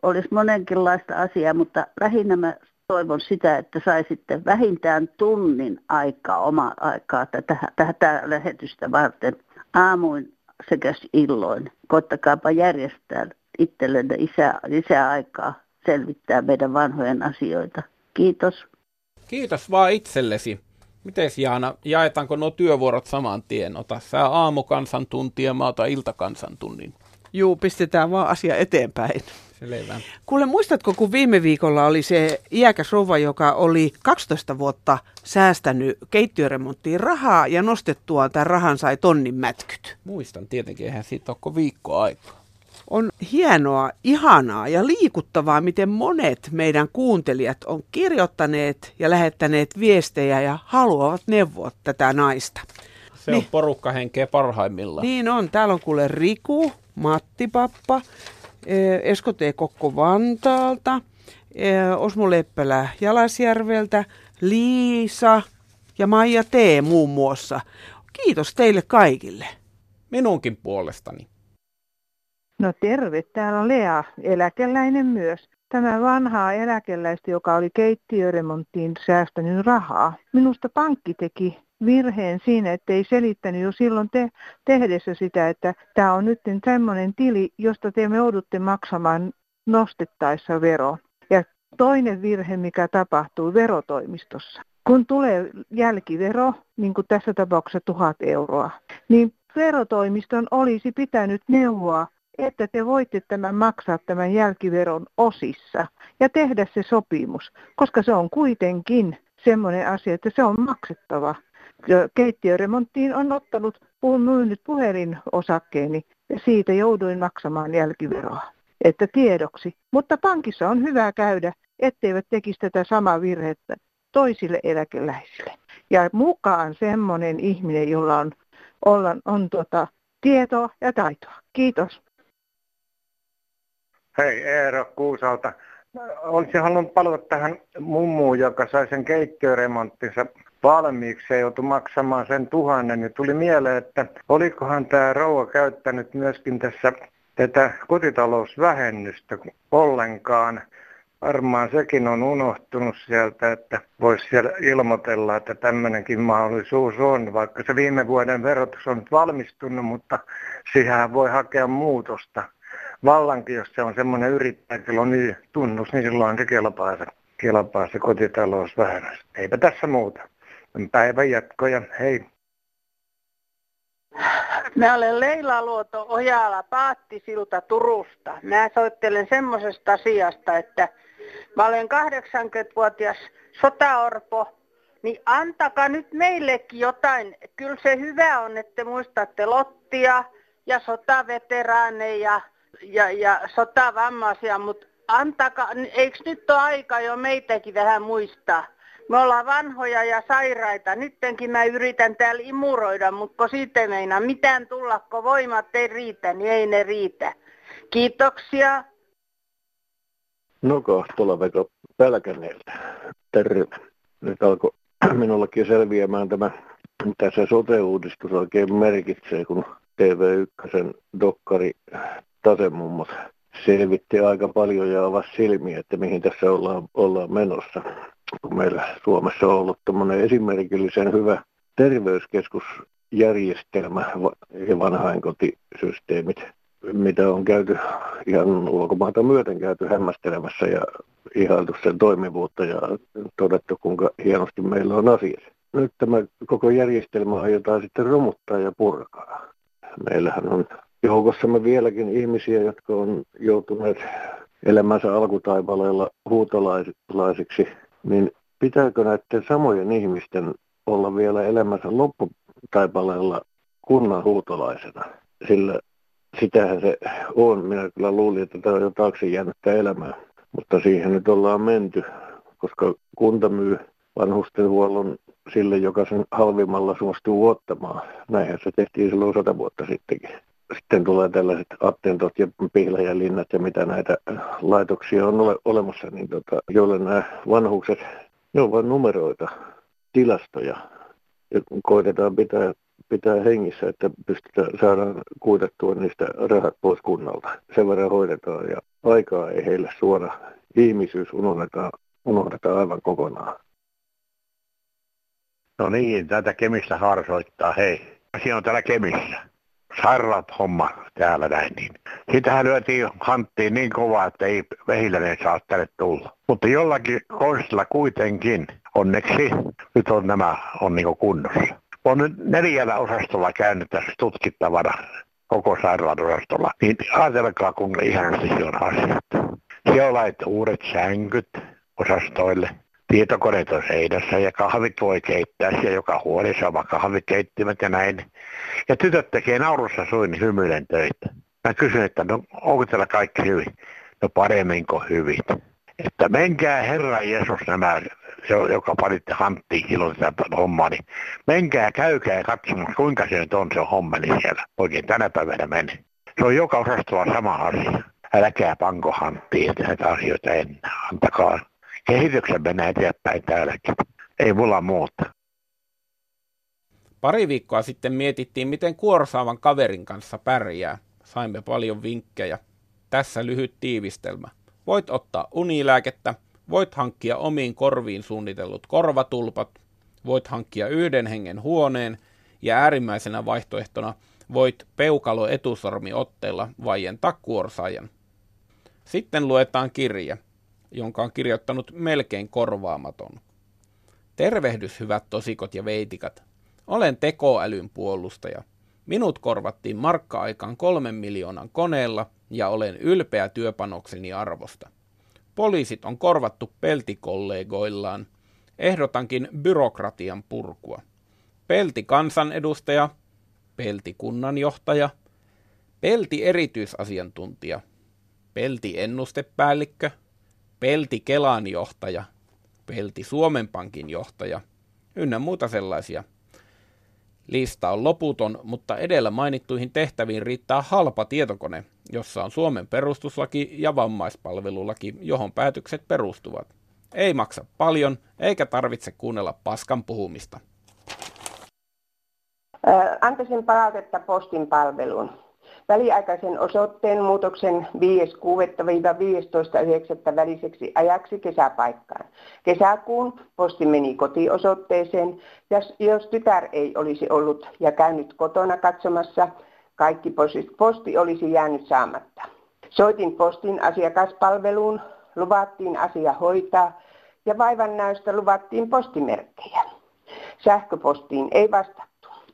olisi monenkinlaista asiaa, mutta lähinnä mä toivon sitä, että saisitte vähintään tunnin aikaa, omaa aikaa tätä lähetystä varten aamuin sekä illoin. Koittakaapa järjestää itsellenne lisää aikaa selvittää meidän vanhojen asioita. Kiitos. Kiitos vaan itsellesi. Mites Jaana, jaetaanko nuo työvuorot saman tien? Ota sä aamukansantunti ja mä otan iltakansantunnin. Juu, pistetään vaan asia eteenpäin. Selvä. Kuule, muistatko, kun viime viikolla oli se iäkäs rouva, joka oli 12 vuotta säästänyt keittiöremonttiin rahaa ja nostettuaan tämän rahan sai tonnin mätkyt? Muistan tietenkin, eihän siitä ole viikkoa aikaa. On hienoa, ihanaa ja liikuttavaa, miten monet meidän kuuntelijat on kirjoittaneet ja lähettäneet viestejä ja haluavat neuvoa tätä naista. Se on porukkahenkeä parhaimmillaan. Niin on. Täällä on kuule Riku, Matti Pappa, Esko T. Kokko Vantaalta, Osmo Leppälä Jalasjärveltä, Liisa ja Maija T. muun muassa. Kiitos teille kaikille. Minunkin puolestani. No terve, täällä on Lea, eläkeläinen myös. Tämä vanhaa eläkeläistä, joka oli keittiöremonttiin säästänyt rahaa. Minusta pankki teki virheen siinä, ettei selittänyt jo silloin tehdessä sitä, että tämä on nyt semmoinen tili, josta te joudutte maksamaan nostettaessa veroon. Ja toinen virhe, mikä tapahtuu verotoimistossa. Kun tulee jälkivero, niin kuin tässä tapauksessa 1000 euroa, niin verotoimiston olisi pitänyt neuvoa, että te voitte maksaa tämän jälkiveron osissa ja tehdä se sopimus, koska se on kuitenkin semmoinen asia, että se on maksettava. Keittiöremonttiin on myynyt puhelinosakkeeni ja siitä jouduin maksamaan jälkiveroa, että tiedoksi. Mutta pankissa on hyvä käydä, etteivät tekisi tätä samaa virhettä toisille eläkeläisille. Ja mukaan semmoinen ihminen, jolla on tietoa ja taitoa. Kiitos. Hei, Eero Kuusalta. Olisin halunnut palata tähän mummuun, joka sai sen keittiöremonttinsa valmiiksi ja joutui maksamaan sen 1000. Ja tuli mieleen, että olikohan tämä rouva käyttänyt myöskin tässä tätä kotitalousvähennystä ollenkaan. Varmaan sekin on unohtunut sieltä, että voisi siellä ilmoitella, että tämmöinenkin mahdollisuus on, vaikka se viime vuoden verotus on nyt valmistunut, mutta siihen voi hakea muutosta. Vallankin, jos se on semmoinen yrittäjä, jolla on niin tunnus, niin silloin se kelpaa se kotitalousvähennys. Eipä tässä muuta. Päivän jatkoja, hei. Mä olen Leila Luoto Ojala Paattisilta Turusta. Mä soittelen semmoisesta asiasta, että mä olen 80-vuotias sotaorpo, niin antakaa nyt meillekin jotain. Kyllä se hyvä on, että muistatte Lottia ja sotaveteraaneja ja sotavammaisia, mutta antakaa, eikö nyt ole aika jo meitäkin vähän muistaa? Me ollaan vanhoja ja sairaita. Nyttenkin mä yritän täällä imuroida, mutta siitä ei meinaa mitään tulla, kun voimat ei riitä, niin ei ne riitä. Kiitoksia. No tuolla Veko Pälkäneeltä. Terve. Nyt alkoi minullakin selviämään tämä, mitä se sote-uudistus oikein merkitsee, kun TV1 dokkari Tasemummot selvitti aika paljon ja avasi silmiä, että mihin tässä ollaan menossa. Kun meillä Suomessa on ollut tämmöinen esimerkillisen hyvä terveyskeskusjärjestelmä ja vanhainkotisysteemit, mitä on käyty ihan ulkomaata myöten käyty hämmästelemässä ja ihailtu sen toimivuutta ja todettu, kuinka hienosti meillä on asiat. Nyt tämä koko järjestelmä aiotaan sitten romuttaa ja purkaa. Meillähän on joukossamme vieläkin ihmisiä, jotka on joutuneet elämänsä alkutaipaleella huutolaisiksi, niin pitääkö näiden samojen ihmisten olla vielä elämänsä lopputaipaleella kunnan huutolaisena? Sillä sitähän se on. Minä kyllä luulin, että tämä on jo taakse jäänyttä elämää, mutta siihen nyt ollaan menty, koska kunta myy vanhustenhuollon sille, joka sen halvimmalla suostuu ottamaan. Näinhän se tehtiin silloin 100 vuotta sittenkin. Sitten tulee tällaiset Attentot ja Pihlajalinnat ja mitä näitä laitoksia on olemassa, niin joille nämä vanhukset, ne on vain numeroita, tilastoja. Ja koitetaan pitää pitää hengissä, että saadaan kuitattua niistä rahat pois kunnalta. Sen verran hoidetaan ja aikaa ei heille suora. Ihmisyys unohdetaan aivan kokonaan. No niin, tätä Kemistä harsoittaa, hei. Asia on täällä Kemissä. Sairaat homma täällä näin. Niin. Siitähän lyötiin hanttiin niin kovaa, että ei Mehiläinen saa tänne tulla. Mutta jollakin konstilla kuitenkin, onneksi, nyt on nämä on niin kunnossa. On nyt 4 osastolla käynyt tässä tutkittavana, koko sairaalosastolla. Niin ajatelkaa, kuinka ihanasti se on asiat. Siellä on laitettu uudet sänkyt osastoille. Tietokoneet on seinässä ja kahvit voi keittää siellä joka huoneessa, vaan kahvikeittimet ja näin. Ja tytöt tekee naurussa suin hymyilen töitä. Mä kysyn, että no onko täällä kaikki hyvin? No paremmin kuin hyvin. Että menkää Herra Jeesus nämä, joka panitte hanttiin silloin tätä hommaa, niin menkää, käykää katsomaan, kuinka se nyt on se hommeli siellä. Oikein tänä päivänä meni. Se on joka osastolla sama asia. Älkää panko hanttiin näitä asioita enää. Antakaa kehityksen mennä eteenpäin täälläkin. Ei mulla muuta. Pari viikkoa sitten mietittiin, miten kuorsaavan kaverin kanssa pärjää. Saimme paljon vinkkejä. Tässä lyhyt tiivistelmä. Voit ottaa unilääkettä, voit hankkia omiin korviin suunnitellut korvatulpat, voit hankkia 1 hengen huoneen ja äärimmäisenä vaihtoehtona voit peukalo etusormiotteella vaientaa kuorsaajan. Sitten luetaan kirje, jonka on kirjoittanut melkein korvaamaton. Tervehdys hyvät tosikot ja veitikat. Olen tekoälyn puolustaja. Minut korvattiin markka-aikaan 3 miljoonan koneella ja olen ylpeä työpanokseni arvosta. Poliisit on korvattu peltikollegoillaan. Ehdotankin byrokratian purkua. Pelti-kansanedustaja, pelti-kunnanjohtaja, pelti-erityisasiantuntija, pelti-ennustepäällikkö, pelti-Kelan johtaja, pelti-Suomen Pankin johtaja, ynnä muuta sellaisia. Lista on loputon, mutta edellä mainittuihin tehtäviin riittää halpa tietokone, jossa on Suomen perustuslaki ja vammaispalvelulaki, johon päätökset perustuvat. Ei maksa paljon, eikä tarvitse kuunnella paskan puhumista. Antaisin palautetta postin palveluun. Väliaikaisen osoitteen muutoksen 5.6.–15.9. väliseksi ajaksi kesäpaikkaan. Kesäkuun posti meni kotiosoitteeseen, ja jos tytär ei olisi ollut ja käynyt kotona katsomassa, kaikki posti olisi jäänyt saamatta. Soitin postin asiakaspalveluun, luvattiin asia hoitaa ja vaivannäöstä luvattiin postimerkkejä. Sähköpostiin ei vastattu.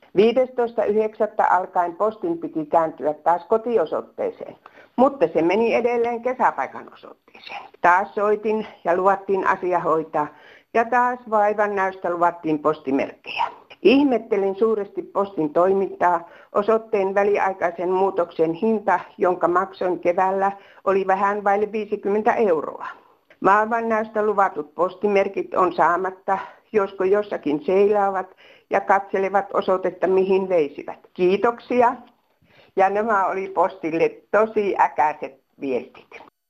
15.9. alkaen postin piti kääntyä taas kotiosoitteeseen, mutta se meni edelleen kesäpaikan osoitteeseen. Taas soitin ja luvattiin asia hoitaa ja taas vaivannäöstä luvattiin postimerkkejä. Ihmettelin suuresti postin toimintaa. Osoitteen väliaikaisen muutoksen hinta, jonka maksoin keväällä, oli vähän vaille 50 €. Vaivannäöstä luvatut postimerkit on saamatta, josko jossakin seilaavat ja katselevat osoitetta, mihin veisivät. Kiitoksia. Ja nämä oli postille tosi äkäiset viestit.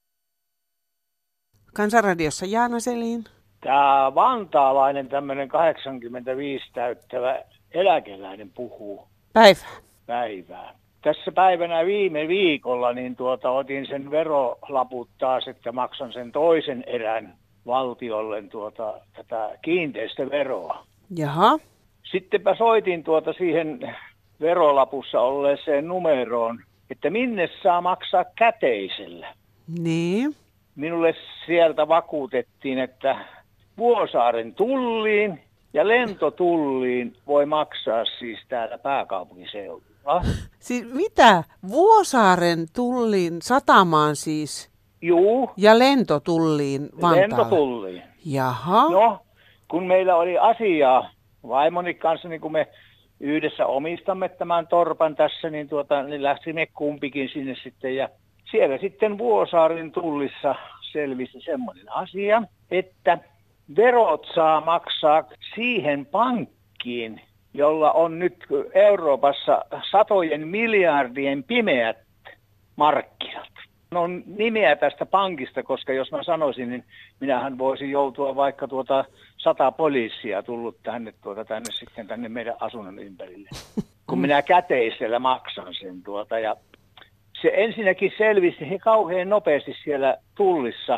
Kansanradiossa Jaana Selin. Tämä vantaalainen tämmöinen 85 täyttävä eläkeläinen puhuu. Päivää. Tässä päivänä viime viikolla niin otin sen verolaput taas, että maksan sen toisen erän valtiolle tätä kiinteistöveroa. Jaha. Sittenpä soitin siihen verolapussa olleeseen numeroon, että minne saa maksaa käteisellä. Niin. Minulle sieltä vakuutettiin, että Vuosaaren tulliin ja lentotulliin voi maksaa siis täällä pääkaupunkiseudulla. Siis mitä? Vuosaaren tulliin satamaan siis? Juu. Ja lentotulliin Vantaalla? Lentotulliin. Jaha. No, kun meillä oli asiaa vaimoni kanssa, niin kun me yhdessä omistamme tämän torpan tässä, niin lähtimme kumpikin sinne sitten. Ja siellä sitten Vuosaaren tullissa selvisi semmoinen asia, että verot saa maksaa siihen pankkiin, jolla on nyt Euroopassa satojen miljardien pimeät markkinat. On nimeä tästä pankista, koska jos mä sanoisin, niin minähän voisin joutua vaikka 100 poliisia tullut tänne sitten tänne meidän asunnon ympärille. kun minä käteisellä maksan sen ja se ensinnäkin selvisi he kauhean nopeasti siellä tullissa.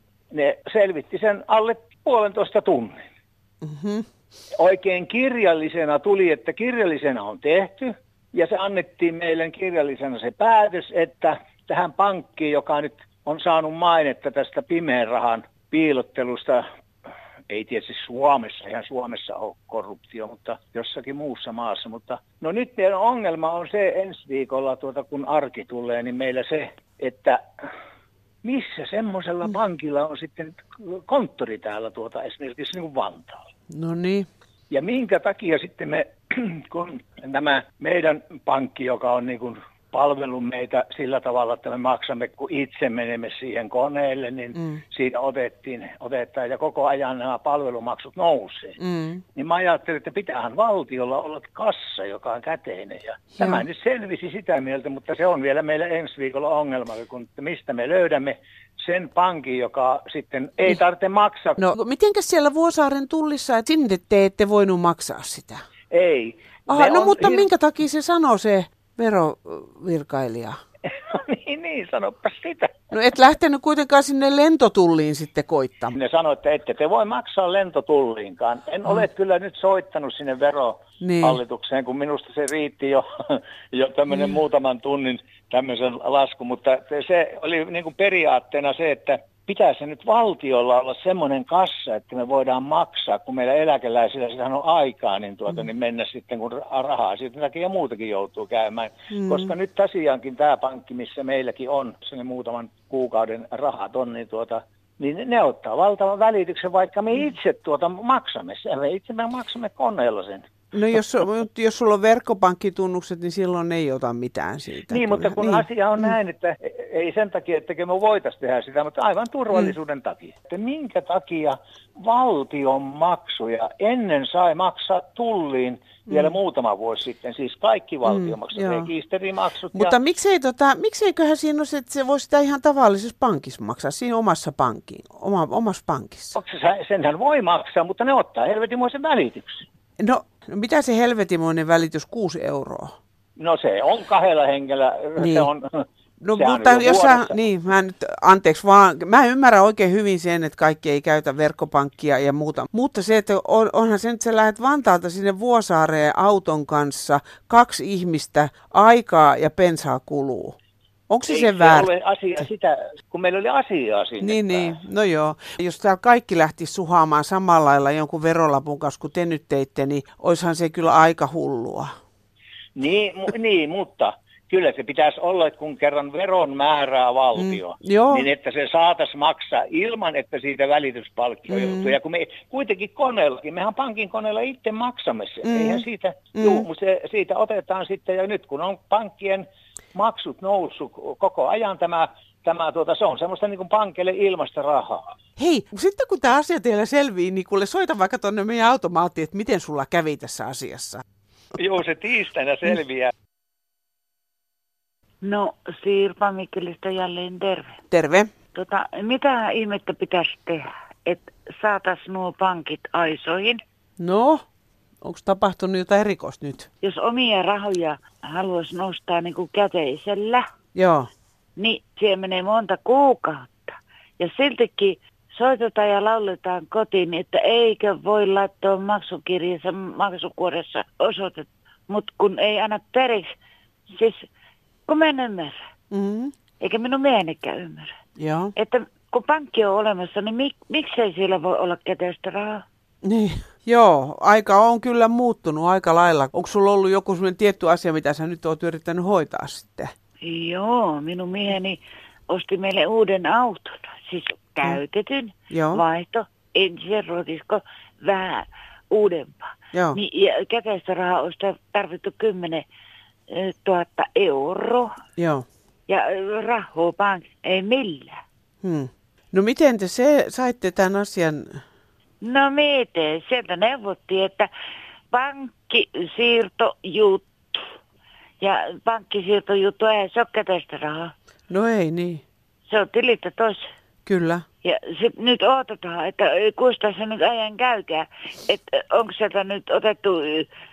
Ne selvitti sen alle 1,5 tunnin. Mm-hmm. Oikein kirjallisena tuli, että kirjallisena on tehty. Ja se annettiin meille kirjallisena se päätös, että tähän pankkiin, joka nyt on saanut mainetta tästä pimeän rahan piilottelusta, ei tietysti Suomessa, ihan Suomessa ole korruptio, mutta jossakin muussa maassa. Mutta no nyt meidän ongelma on se ensi viikolla, kun arki tulee, niin meillä se, että missä semmoisella pankilla on sitten konttori täällä esimerkiksi niin kuin Vantaalla. No niin. Ja minkä takia sitten me, kun tämä meidän pankki, joka on niin kuin palvellut meitä sillä tavalla, että me maksamme, kun itse menemme siihen koneelle, niin siitä otetaan ja koko ajan nämä palvelumaksut nousee. Niin mä ajattelin, että pitäähän valtiolla olla kassa, joka on käteinen. Ja tämä nyt selvisi sitä mieltä, mutta se on vielä meillä ensi viikolla ongelma, kun mistä me löydämme sen pankin, joka sitten ei tarvitse maksaa. No mitenkäs siellä Vuosaaren tullissa, että sinne te ette voinut maksaa sitä? Ei. Aha, no mutta minkä takia se sanoo se verovirkailija? niin, sanoppa sitä. No et lähtenyt kuitenkaan sinne lentotulliin sitten koittamaan. Ne sanoi, että ette te voi maksaa lentotulliinkaan. En ole kyllä nyt soittanut sinne verohallitukseen, kun minusta se riitti jo tämmöinen muutaman tunnin tämmöisen lasku. Mutta se oli niin kuin periaatteena se, että pitäisi nyt valtiolla olla semmoinen kassa, että me voidaan maksaa, kun meillä eläkeläisillä sitä on aikaa, niin, niin mennä sitten, kun rahaa siitä takia muutakin joutuu käymään. Koska nyt tosiaankin tämä pankki, missä meilläkin on sen muutaman kuukauden rahat on, niin ne ottaa valtavan välityksen, vaikka me itse maksamme sen. Me maksamme koneella sen. No jos sulla on verkkopankkitunnukset, niin silloin ei ota mitään siitä. Niin, mutta kun asia on näin, että ei sen takia, että me voitaisiin tehdä sitä, mutta aivan turvallisuuden takia. Että minkä takia valtion maksuja ennen sai maksaa tulliin vielä muutama vuosi sitten, siis kaikki valtion maksut, rekisterimaksut. Mutta mikseiköhän siinä ole, että se voisi sitä ihan tavallisessa pankissa maksaa, siinä omassa pankissa? Senhän voi maksaa, mutta ne ottaa helvetimoisen välityksen. No mitä se helvetimoinen välitys, 6 €? No se on 2 hengellä, niin. Se on... No mutta jos anteeksi vaan, mä ymmärrän oikein hyvin sen, että kaikki ei käytä verkkopankkia ja muuta. Mutta se, että onhan se, että sä lähdet Vantaalta sinne Vuosaareen auton kanssa, 2 ihmistä, aikaa ja bensaa kuluu. Onko se sen väärti? Ei asia sitä, kun meillä oli asiaa sinne. Niin, no joo. Jos täällä kaikki lähti suhaamaan samalla lailla jonkun verolapun kanssa, kun te nyt teitte, niin oishan se kyllä aika hullua. Niin, mutta kyllä se pitäisi olla, että kun kerran veron määrää valtio, niin että se saataisiin maksaa ilman, että siitä välityspalkkio joutuu. Ja kun me kuitenkin koneellakin, mehän pankin koneella itse maksamme sen, eihän siitä, mutta siitä otetaan sitten, ja nyt kun on pankkien maksut noussut koko ajan, se on semmoista niin kuin pankille ilmasta rahaa. Hei, sitten kun tämä asia teillä selvii, niin kuule soita vaikka tuonne meidän automaattiin, että miten sulla kävi tässä asiassa. Joo, se tiistaina selviää. No, Sirpa Mikkelistä jälleen terve. Terve. Mitä ihmettä pitäisi tehdä, että saataisiin nuo pankit aisoihin? No, onko tapahtunut jotain erikoista nyt? Jos omia rahoja haluaisi nostaa niin kuin käteisellä, niin siihen menee monta kuukautta. Ja siltikin soitetaan ja lauletaan kotiin, että eikö voi laittaa maksukirjassa maksukuoressa osoitet. Mutta kun ei anna periksi, siis kun mä en ymmärrä, eikä minun miehenikään ymmärrä. Joo. Että kun pankki on olemassa, niin miksei siellä voi olla käteistä rahaa? Niin, joo, aika on kyllä muuttunut aika lailla. Onko sulla ollut joku sellainen tietty asia, mitä sä nyt oot yrittänyt hoitaa sitten? Joo, minun mieheni osti meille uuden auton, siis käytetyn, vaihto, ensin rotisko, vähän uudempaa. Niin, ja käteistä rahaa olisi tarvittu 10 000 €. Joo. Ja rahaa pankki ei millään. No miten te saitte tämän asian? No miten? Sieltä neuvottiin, että pankkisiirtojuttu. Ja pankkisiirtojuttu ei se ole käteistä rahaa. No ei niin. Se on tililtä tois. Kyllä. Ja nyt odotetaan, että kuinka se nyt ajan käykää. Että onko sieltä nyt otettu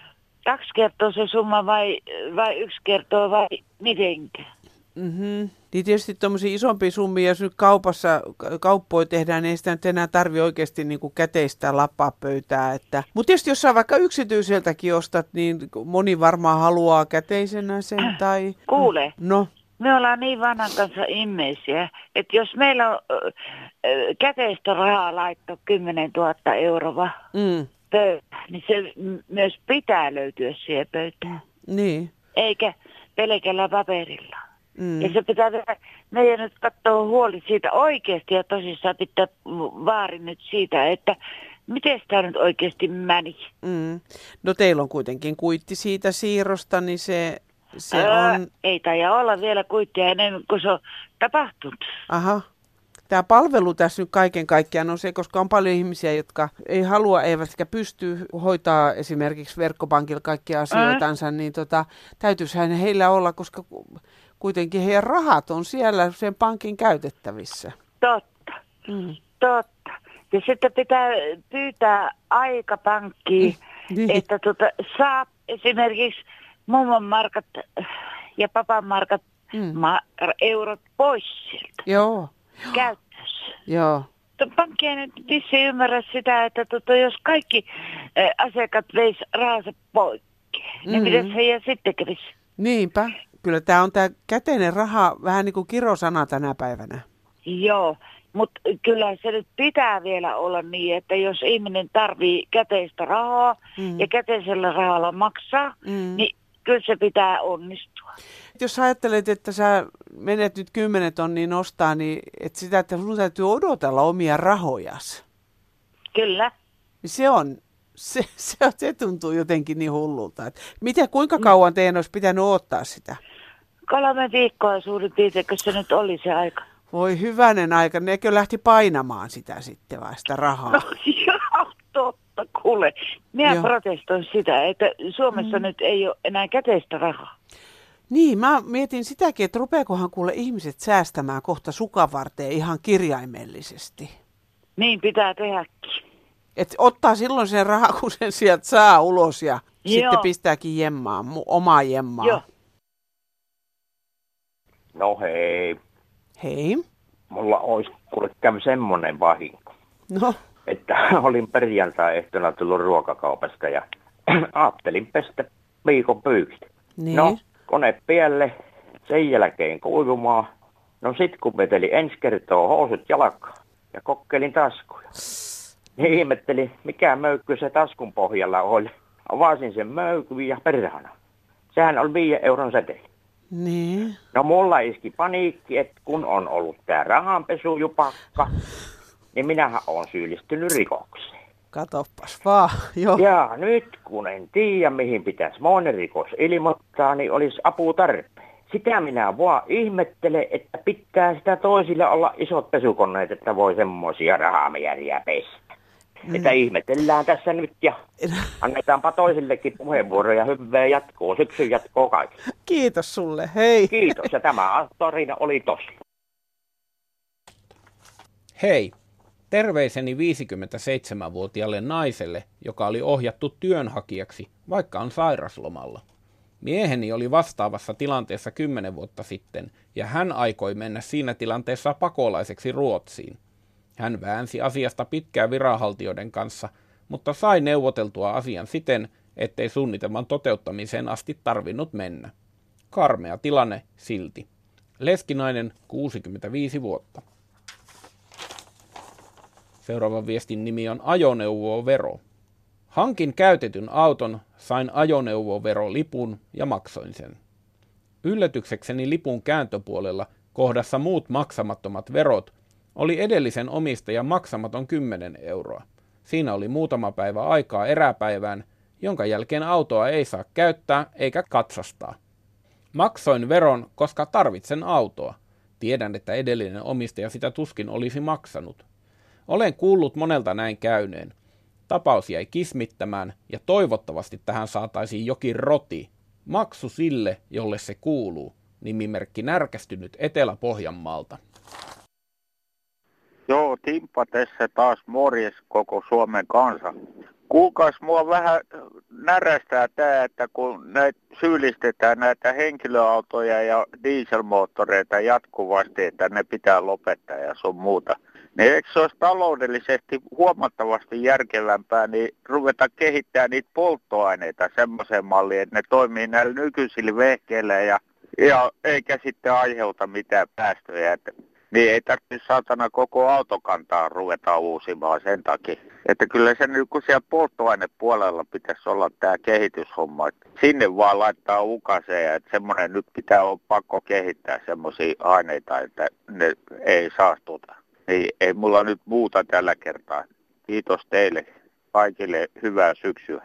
2 kertoo se summa vai 1 kertoo vai mitenkä? Mm-hmm. Niin tietysti tuommoisia isompia summia, jos nyt kauppoja tehdään, niin ei sitä nyt enää tarvitse oikeasti niin kuin käteistä lappapöytää. Mutta tietysti jos sä vaikka yksityiseltäkin ostat, niin moni varmaan haluaa käteisenä sen tai... Kuule, no. Me ollaan niin vanhan kanssa ihmeisiä, että jos meillä on käteistä rahaa laittaa 10 000 euroa pöytään, niin se myös pitää löytyä siihen pöytään. Niin. Eikä pelkällä paperilla. Ja se pitää meidän nyt katsoa huoli siitä oikeasti ja tosissaan pitää vaarin nyt siitä, että miten tämä nyt oikeasti meni. No teillä on kuitenkin kuitti siitä siirrosta, niin se on... Ei taida olla vielä kuittia ennen kuin se on tapahtunut. Aha. Tämä palvelu tässä nyt kaiken kaikkiaan on se, koska on paljon ihmisiä, jotka ei halua, eivätkä pysty hoitaa esimerkiksi verkkopankilla kaikkia asioitansa, niin täytyisihän heillä olla, koska kuitenkin heidän rahat on siellä sen pankin käytettävissä. Totta. Ja sitten pitää pyytää aika pankkiin, että saa esimerkiksi mummon markat ja papan markat eurot pois sieltä. Joo. Käyttössä. Joo. Pankki ei nyt vissiin ymmärrä sitä, että jos kaikki asiakkaat veis rahansa poikki, niin miten se ei sitten kävisi? Niinpä. Kyllä tämä on tämä käteinen raha vähän niin kuin kirosana tänä päivänä. Joo, mutta kyllä se nyt pitää vielä olla niin, että jos ihminen tarvii käteistä rahaa ja käteisellä rahalla maksaa, niin kyllä se pitää onnistua. Jos ajattelet, että sä menet nyt 10 000 ostaa, niin että sitä, että sun täytyy odotella omia rahojas. Kyllä. Se tuntuu jotenkin niin hullulta. Kuinka kauan teidän olisi pitänyt odottaa sitä? 3 viikkoa suurin piirtein, kun se nyt oli se aika. Voi hyvänen aika, nekö lähti painamaan sitä sitten vai sitä rahaa? No joo, totta, kuule. Minä protestoin sitä, että Suomessa nyt ei ole enää käteistä rahaa. Niin, mä mietin sitäkin, että rupeakohan kuule ihmiset säästämään kohta sukanvarteen ihan kirjaimellisesti. Niin pitää tehdäkin. Että ottaa silloin sen rahaa, kun sen sieltä saa ulos ja sitten pistääkin jemmaan, omaa jemmaa. Joo. No hei. Hei. Mulla olisi kuule käy semmoinen vahinko. No. Että olin perjantai-ehtona tullut ruokakaupasta ja ajattelin pestä viikon pyykit. Niin. No, kone pielle, sen jälkeen kuivumaan. No sit kun vetelin ensi kertaa housut jalkaan ja kokkeilin taskuja. Niin ihmettelin, mikä möykky se taskun pohjalla oli. Avasin sen möykyn ja perhana. Sehän oli 5 euron seteli. Niin. No mulla iski paniikki, että kun on ollut tää rahanpesujupakka, niin minähän olen syyllistynyt rikokseen. Katoppas vaan, joo. Ja nyt kun en tiedä, mihin pitäisi monen rikos ilmoittaa, niin olisi apu tarpeen. Sitä minä vaan ihmettelen, että pitää sitä toisille olla isot pesukoneet, että voi semmoisia rahamääriä pestä. Että ihmetellään tässä nyt ja annetaanpa toisillekin puheenvuoroja. Hyvää jatkoa, syksyn jatkoa kaikille. Kiitos sulle, hei. Kiitos ja tämä tarina oli tosi. Hei, terveiseni 57-vuotiaalle naiselle, joka oli ohjattu työnhakijaksi, vaikka on sairaslomalla. Mieheni oli vastaavassa tilanteessa 10 vuotta sitten, ja hän aikoi mennä siinä tilanteessa pakolaiseksi Ruotsiin. Hän väänsi asiasta pitkään viranhaltijoiden kanssa, mutta sai neuvoteltua asian siten, ettei suunnitelman toteuttamiseen asti tarvinnut mennä. Karmea tilanne silti. Leskinainen, 65 vuotta. Seuraavan viestin nimi on ajoneuvovero. Hankin käytetyn auton, sain ajoneuvoverolipun ja maksoin sen. Yllätyksekseni lipun kääntöpuolella kohdassa muut maksamattomat verot oli edellisen omistajan maksamaton 10 euroa. Siinä oli muutama päivä aikaa eräpäivään, jonka jälkeen autoa ei saa käyttää eikä katsastaa. Maksoin veron, koska tarvitsen autoa. Tiedän, että edellinen omistaja sitä tuskin olisi maksanut. Olen kuullut monelta näin käyneen. Tapaus jäi kismittämään ja toivottavasti tähän saataisiin jokin roti. Maksu sille, jolle se kuuluu. Nimimerkki Närkästynyt Etelä-Pohjanmaalta. Joo, Timppa tässä taas morjes koko Suomen kansa. Kuulkaas, mua vähän närästää tämä, että kun näitä syyllistetään näitä henkilöautoja ja dieselmoottoreita jatkuvasti, että ne pitää lopettaa ja sun muuta. Niin eikö se olisi taloudellisesti huomattavasti järkevämpää niin ruveta kehittämään niitä polttoaineita semmoiseen malliin, että ne toimii näillä nykyisillä vehkeillä ja eikä sitten aiheuta mitään päästöjä. Että niin ei tarvitse saatana koko autokantaa ruveta uusimaan sen takia. Että kyllä se nyt kun siellä polttoainepuolella pitäisi olla tämä kehityshomma. Että sinne vaan laittaa ukaseen, että semmoinen nyt pitää olla pakko kehittää semmoisia aineita, että ne ei saastuta. Niin ei mulla nyt muuta tällä kertaa. Kiitos teille kaikille, hyvää syksyä.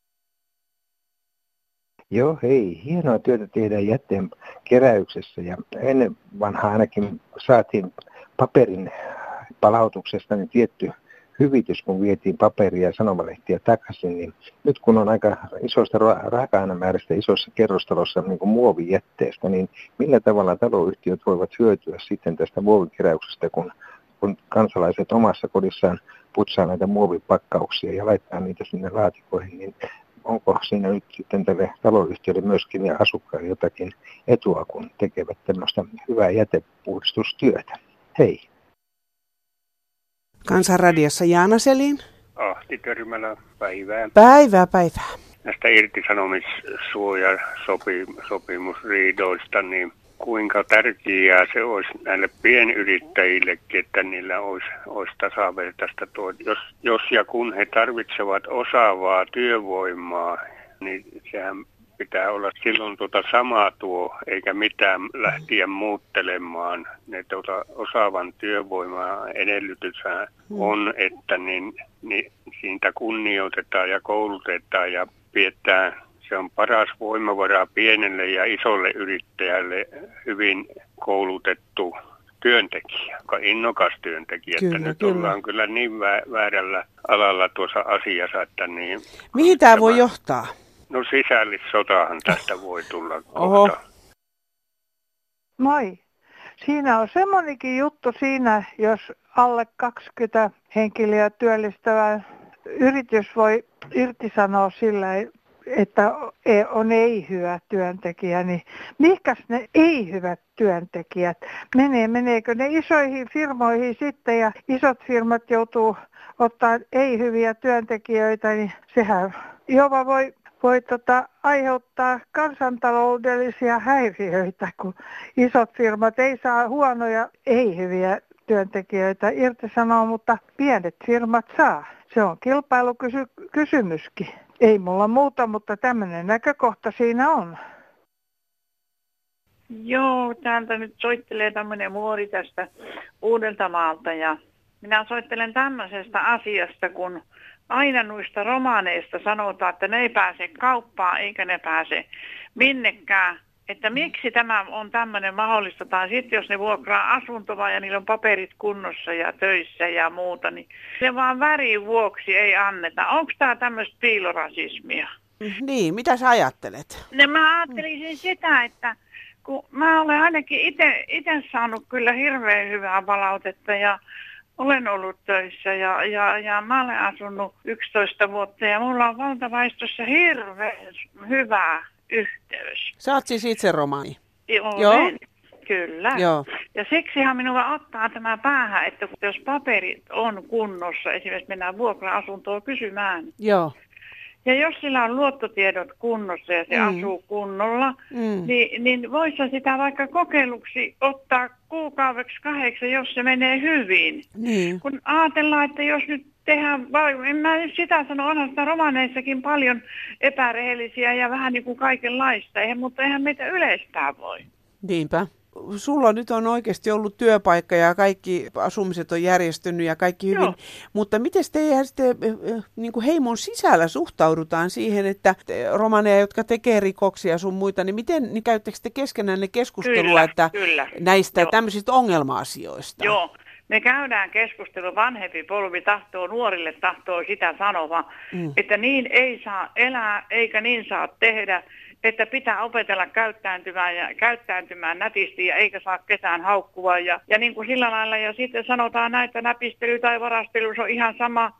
Joo, hei, hienoa työtä tehdään jätteen keräyksessä ja ennen vanhaa ainakin saatiin paperin palautuksesta niin tietty hyvitys, kun vietiin paperia ja sanomalehtiä takaisin, niin nyt kun on aika isoista raaka-ainemäärästä isossa kerrostalossa niin kuin muovijätteestä, niin millä tavalla taloyhtiöt voivat hyötyä sitten tästä muovikeräyksestä, kun kansalaiset omassa kodissaan putsaa näitä muovipakkauksia ja laittaa niitä sinne laatikoihin, niin onko siinä nyt sitten tälle taloyhtiölle myöskin ja asukkaille jotakin etua, kun tekevät tämmöistä hyvää jätepuhdistustyötä? Hei. Kansanradiossa Jaana Selin. Ahti Törmälä, päivää. Päivää. Näistä irtisanomissuojasopimusriidoista, niin kuinka tärkeää se olisi näille pienyrittäjillekin, että niillä olisi tasavertaista jos ja kun he tarvitsevat osaavaa työvoimaa, niin sehän pitää olla silloin samaa eikä mitään lähteä muuttelemaan. Ne osaavan työvoimaa edellytyshän on, että niin siitä kunnioitetaan ja koulutetaan ja pidetään. Se on paras voimavara pienelle ja isolle yrittäjälle hyvin koulutettu työntekijä, innokas työntekijä, kyllä, että nyt ollaan kyllä niin väärällä alalla tuossa asiassa, että niin... Mihin tämä voi johtaa? No sisällissotahan tästä voi tulla kohta. Moi. Siinä on semmoinenkin juttu siinä, jos alle 20 henkilöä työllistävä yritys voi irtisanoa sillä, että on ei-hyvä työntekijä, niin mihinkäs ne ei-hyvät työntekijät meneekö ne isoihin firmoihin sitten ja isot firmat joutuu ottaa ei-hyviä työntekijöitä, niin sehän jopa voi aiheuttaa kansantaloudellisia häiriöitä, kun isot firmat ei saa huonoja ei-hyviä työntekijöitä irtisanoa, mutta pienet firmat saa. Se on kilpailukysymyskin. Ei mulla muuta, mutta tämmöinen näkökohta siinä on. Joo, täältä nyt soittelee tämmöinen muori tästä Uudeltamaalta ja minä soittelen tämmöisestä asiasta, kun aina noista romaaneista sanotaan, että ne ei pääse kauppaan eikä ne pääse minnekään. Että miksi tämä on tämmöinen mahdollista, tai sitten jos ne vuokraa asuntoa ja niillä on paperit kunnossa ja töissä ja muuta, niin se vaan värin vuoksi ei anneta. Onko tämä tämmöistä piilorasismia? Niin, mitä sä ajattelet? No mä ajattelisin sitä, että kun mä olen ainakin itse saanut kyllä hirveän hyvää palautetta ja olen ollut töissä ja mä olen asunut 11 vuotta ja mulla on valtavaistossa hirveän hyvä yhteys. Sä oot siis itse romaani? Joo. Kyllä. Joo. Ja siksihän minua ottaa tämä päähän, että jos paperit on kunnossa, esimerkiksi mennään vuokra-asuntoon kysymään. Joo. Ja jos sillä on luottotiedot kunnossa ja se asuu kunnolla, niin voisi sitä vaikka kokeiluksi ottaa kuukaudeksi 8, jos se menee hyvin. Niin. Kun ajatellaan, että jos nyt tehdään, en mä nyt sitä sano, onhan sitä romaneissakin paljon epärehellisiä ja vähän niin kuin kaikenlaista, mutta eihän meitä yleistää voi. Niinpä. Sulla nyt on oikeasti ollut työpaikka ja kaikki asumiset on järjestynyt ja kaikki hyvin, joo. Mutta miten teidän sitten niin kuin heimon sisällä suhtaudutaan siihen, että romaneja, jotka tekee rikoksia sun muita, niin miten niin käyttekö te keskenään ne keskustelua kyllä. Näistä joo. Tämmöisistä ongelma-asioista? Joo. Me käydään keskustelua, vanhempi polvi nuorille tahtoo sitä sanoa, että niin ei saa elää eikä niin saa tehdä, että pitää opetella käyttäytymään nätisti ja eikä saa ketään haukkua ja niin kuin sillä lailla. Ja sitten sanotaan näitä näpistely tai varastelu, se on ihan sama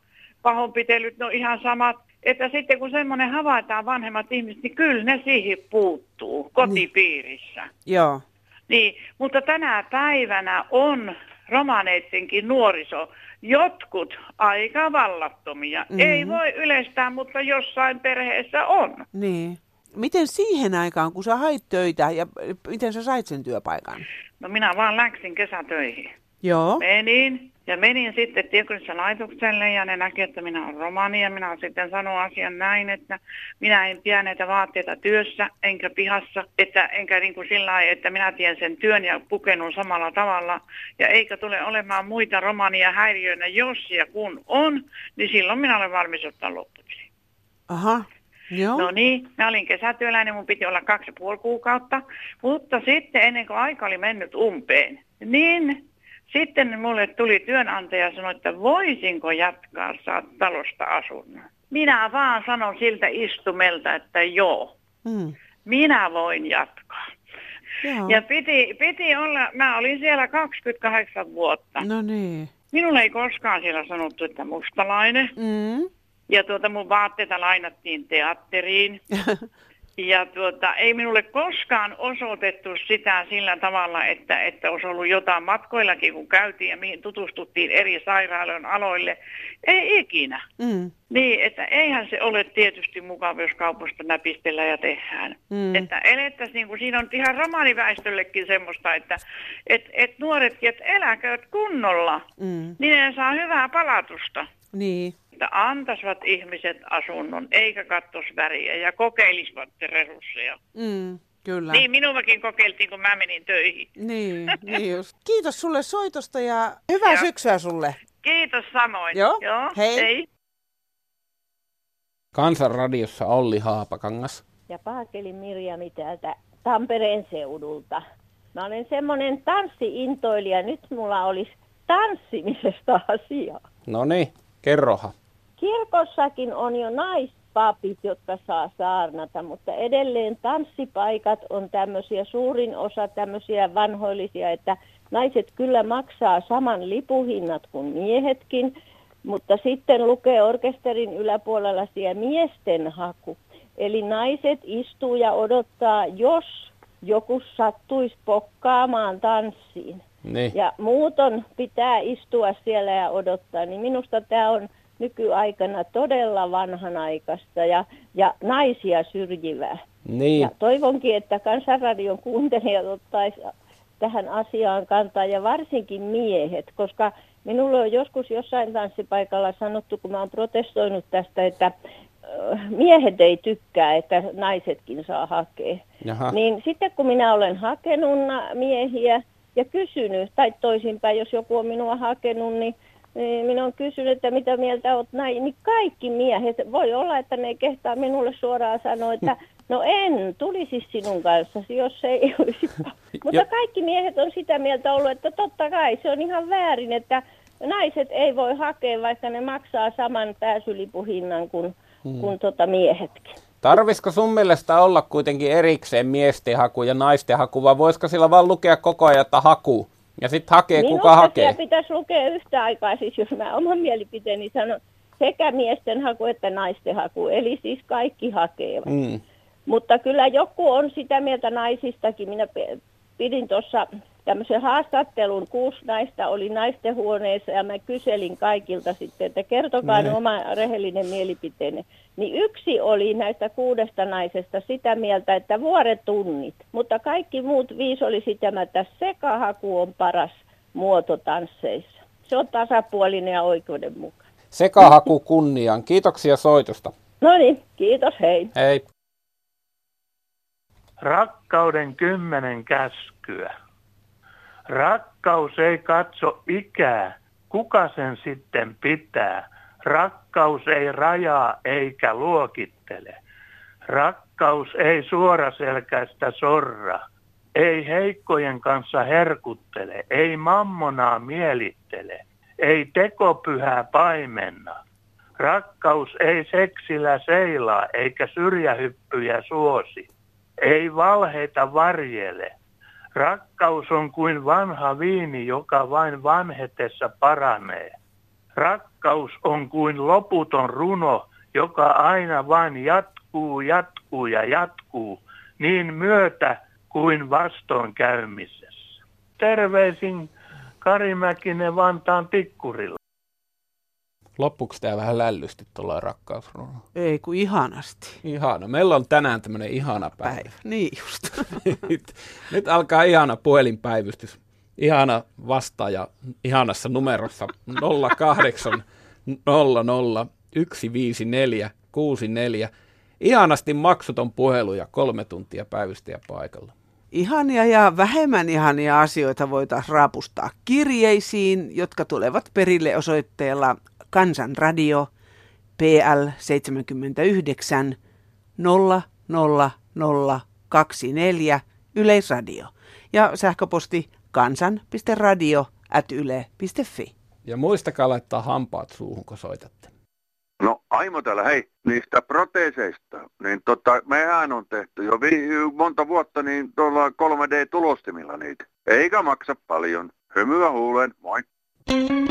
pahoinpitelyt, no ihan samat. Että sitten kun semmoinen havaitaan vanhemmat ihmiset, niin kyllä ne siihen puuttuu kotipiirissä. Joo. Niin, mutta tänä päivänä on romaneittenkin nuoriso jotkut aika vallattomia. Ei voi yleistää, mutta jossain perheessä on. Niin. Miten siihen aikaan, kun sä hait töitä ja miten sä sait sen työpaikan? No minä vaan läksin kesätöihin. Joo. Menin sitten Diakonissa laitokselle ja ne näki, että minä olen romani ja minä sitten sanon asian näin, että minä en pidä näitä vaatteita työssä enkä pihassa, enkä niin kuin sillä lailla, että minä teen sen työn ja pukenun samalla tavalla ja eikä tule olemaan muita romania häiriöinä, jos ja kun on, niin silloin minä olen valmis ottaa loppuksi. Aha. Joo. No niin, mä olin kesätyöläinen, mun piti olla 2,5 kuukautta, mutta sitten ennen kuin aika oli mennyt umpeen, niin sitten mulle tuli työnantaja ja sanoi, että voisinko jatkaa, saat talosta asunnon. Minä vaan sanon siltä istumelta, että joo, minä voin jatkaa. Joo. Ja piti olla, mä olin siellä 28 vuotta. No niin. Minulle ei koskaan siellä sanottu, että mustalainen. Ja mun vaatteita lainattiin teatteriin. Ja ei minulle koskaan osoitettu sitä sillä tavalla, että olisi ollut jotain matkoillakin, kun käytiin ja mihin tutustuttiin eri sairaalojen aloille. Ei ikinä. Niin, että eihän se ole tietysti mukava, jos kaupasta näpistellään ja tehdään. Että elettäisiin, niin kuin siinä on ihan romaaniväestöllekin semmoista, että nuoretkin, että eläkööt kunnolla, niin ne saa hyvää palatusta. Niin. Että antaisivat ihmiset asunnon, eikä katsoisi väriä ja kokeilisivat resursseja. Kyllä. Niin, minuakin kokeiltiin, kun mä menin töihin. Niin just. Kiitos sulle soitosta ja hyvää syksyä sulle. Kiitos samoin. Joo. Hei. Kansanradiossa Olli Haapakangas. Ja Paakeli Mirjami täältä Tampereen seudulta. Mä olen semmoinen tanssi-intoilija. Nyt mulla olisi tanssimisesta asiaa. No niin, kerrohan. Kirkossakin on jo naispapit, jotka saa saarnata, mutta edelleen tanssipaikat on tämmöisiä, suurin osa tämmöisiä vanhoillisia, että naiset kyllä maksaa saman lipuhinnat kuin miehetkin, mutta sitten lukee orkesterin yläpuolella siellä miesten haku. Eli naiset istuu ja odottaa, jos joku sattuisi pokkaamaan tanssiin. Niin. Ja muuton pitää istua siellä ja odottaa, niin minusta tämä on nykyaikana todella vanhanaikaista ja naisia syrjivää. Niin. Ja toivonkin, että Kansanradion kuuntelijat ottaisi tähän asiaan kantaa ja varsinkin miehet, koska minulle on joskus jossain tanssipaikalla sanottu, kun mä oon protestoinut tästä, että miehet ei tykkää, että naisetkin saa hakea. Jaha. Niin sitten kun minä olen hakenut miehiä ja kysynyt, tai toisinpäin, jos joku on minua hakenut, niin minä olen kysynyt, että mitä mieltä olet näin, niin kaikki miehet, voi olla, että ne ei kehtaa minulle suoraan sanoa, että no en tulisi sinun kanssasi, jos se ei olisi. Mutta kaikki miehet on sitä mieltä ollut, että totta kai se on ihan väärin, että naiset ei voi hakea, vaikka ne maksaa saman pääsylipuhinnan kuin miehetkin. Tarvisiko sun mielestä olla kuitenkin erikseen miesten haku ja naisten haku, vai voisiko sillä vaan lukea koko ajan, että haku? Ja sitten hakee, kuka hakee. Minusta pitäisi lukea yhtä aikaa, siis jos mä oman mielipiteeni sanon, sekä miesten haku että naisten haku, eli siis kaikki hakevat. Mutta kyllä joku on sitä mieltä naisistakin. Minä pidin tuossa tämmöisen haastattelun, 6 naista oli naisten huoneessa ja mä kyselin kaikilta sitten, että kertokaa oma rehellinen mielipiteenne. Niin yksi oli näistä 6 naisesta sitä mieltä, että vuoretunnit, mutta kaikki muut 5 oli sitä mieltä, että sekahaku on paras muoto tansseissa. Se on tasapuolinen ja oikeudenmukainen. Sekahaku kunniaan. Kiitoksia soitosta. No niin, kiitos, hei. Hei. Rakkauden 10 käskyä. Rakkaus ei katso ikää, kuka sen sitten pitää. Rakkaus ei rajaa eikä luokittele. Rakkaus ei suoraselkäistä sorra. Ei heikkojen kanssa herkuttele, ei mammonaa mielittele. Ei tekopyhää paimenna. Rakkaus ei seksillä seilaa eikä syrjähyppyjä suosi. Ei valheita varjele. Rakkaus on kuin vanha viini, joka vain vanhetessa paranee. Rakkaus on kuin loputon runo, joka aina vain jatkuu ja jatkuu, niin myötä kuin vastoinkäymisessä. Terveisin Kari Mäkinen Vantaan Tikkurilla. Loppuuko tämä vähän lällysti tuolla rakkausruno? Ei, kun ihanasti. Ihana. Meillä on tänään tämmöinen ihana päivä. Niin just. Nyt alkaa ihana puhelinpäivystys. Ihana vastaaja ihanassa numerossa 0800 154 64. Ihanasti maksuton puhelu ja 3 tuntia päivystäjä paikalla. Ihania ja vähemmän ihania asioita voitaisiin raapustaa kirjeisiin, jotka tulevat perille osoitteella Kansanradio PL 79 00024 Yleisradio ja sähköposti kansan.radio@yle.fi. Ja muistakaa laittaa hampaat suuhun, kun soitatte. No Aimo täällä, hei, niistä proteeseista. Niin mehän on tehty jo monta vuotta niin tuolla 3D-tulostimilla niitä. Eikä maksa paljon. Hymyä huuleen, moi.